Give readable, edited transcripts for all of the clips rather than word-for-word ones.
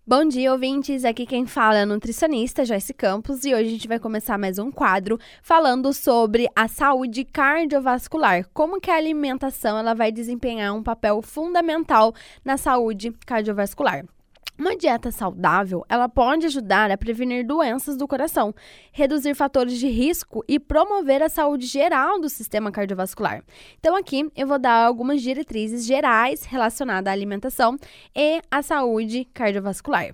Bom dia, ouvintes! Aqui quem fala é a nutricionista Joyce Campos e hoje a gente vai começar mais um quadro falando sobre a saúde cardiovascular. Como que a alimentação ela vai desempenhar um papel fundamental na saúde cardiovascular. Uma dieta saudável, ela pode ajudar a prevenir doenças do coração, reduzir fatores de risco e promover a saúde geral do sistema cardiovascular. Então aqui eu vou dar algumas diretrizes gerais relacionadas à alimentação e à saúde cardiovascular.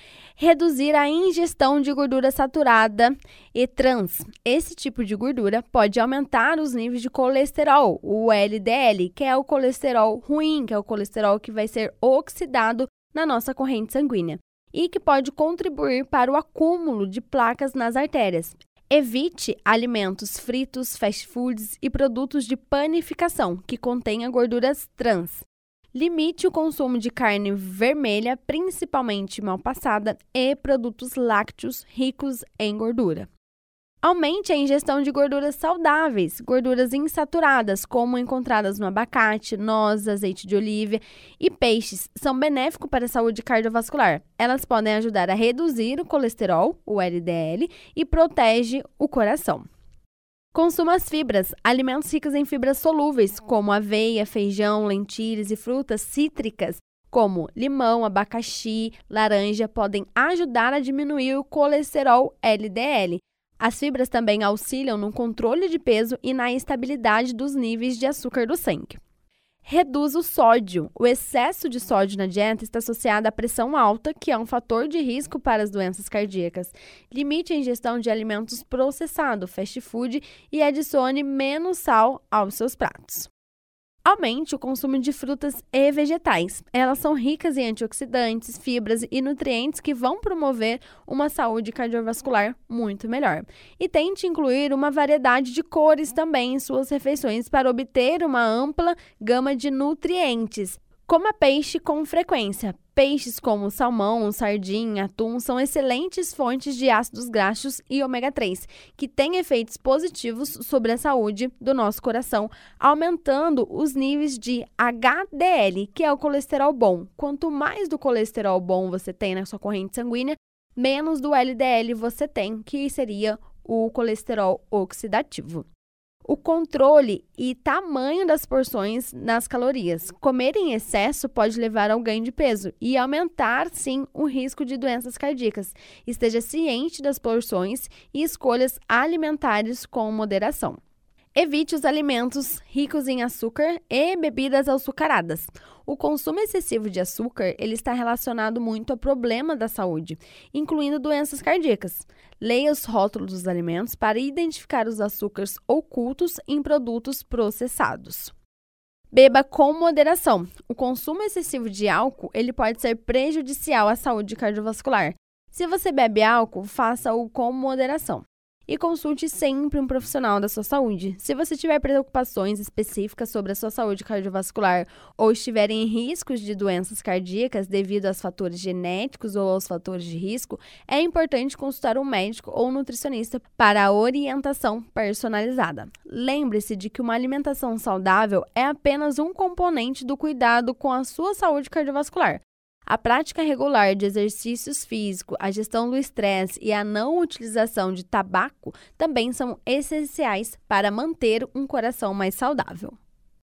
Reduzir a ingestão de gordura saturada e trans. Esse tipo de gordura pode aumentar os níveis de colesterol, o LDL, que é o colesterol ruim, que é o colesterol que vai ser oxidado na nossa corrente sanguínea e que pode contribuir para o acúmulo de placas nas artérias. Evite alimentos fritos, fast foods e produtos de panificação que contenham gorduras trans. Limite o consumo de carne vermelha, principalmente mal passada, e produtos lácteos ricos em gordura. Aumente a ingestão de gorduras saudáveis, gorduras insaturadas, como encontradas no abacate, nozes, azeite de oliva e peixes, são benéficos para a saúde cardiovascular. Elas podem ajudar a reduzir o colesterol, o LDL, e protege o coração. Consuma as fibras. Alimentos ricos em fibras solúveis, como aveia, feijão, lentilhas e frutas cítricas, como limão, abacaxi, laranja, podem ajudar a diminuir o colesterol LDL. As fibras também auxiliam no controle de peso e na estabilidade dos níveis de açúcar do sangue. Reduz o sódio. O excesso de sódio na dieta está associado à pressão alta, que é um fator de risco para as doenças cardíacas. Limite a ingestão de alimentos processados, fast food, e adicione menos sal aos seus pratos. Aumente o consumo de frutas e vegetais. Elas são ricas em antioxidantes, fibras e nutrientes que vão promover uma saúde cardiovascular muito melhor. E tente incluir uma variedade de cores também em suas refeições para obter uma ampla gama de nutrientes. Coma peixe com frequência. Peixes como salmão, sardinha, atum são excelentes fontes de ácidos graxos e ômega 3, que têm efeitos positivos sobre a saúde do nosso coração, aumentando os níveis de HDL, que é o colesterol bom. Quanto mais do colesterol bom você tem na sua corrente sanguínea, menos do LDL você tem, que seria o colesterol oxidativo. O controle e tamanho das porções nas calorias. Comer em excesso pode levar ao ganho de peso e aumentar, sim, o risco de doenças cardíacas. Esteja ciente das porções e escolhas alimentares com moderação. Evite os alimentos ricos em açúcar e bebidas açucaradas. O consumo excessivo de açúcar ele está relacionado muito a problemas da saúde, incluindo doenças cardíacas. Leia os rótulos dos alimentos para identificar os açúcares ocultos em produtos processados. Beba com moderação. O consumo excessivo de álcool ele pode ser prejudicial à saúde cardiovascular. Se você bebe álcool, faça-o com moderação. E consulte sempre um profissional da sua saúde. Se você tiver preocupações específicas sobre a sua saúde cardiovascular ou estiver em riscos de doenças cardíacas devido aos fatores genéticos ou aos fatores de risco, é importante consultar um médico ou um nutricionista para a orientação personalizada. Lembre-se de que uma alimentação saudável é apenas um componente do cuidado com a sua saúde cardiovascular. A prática regular de exercícios físicos, a gestão do estresse e a não utilização de tabaco também são essenciais para manter um coração mais saudável.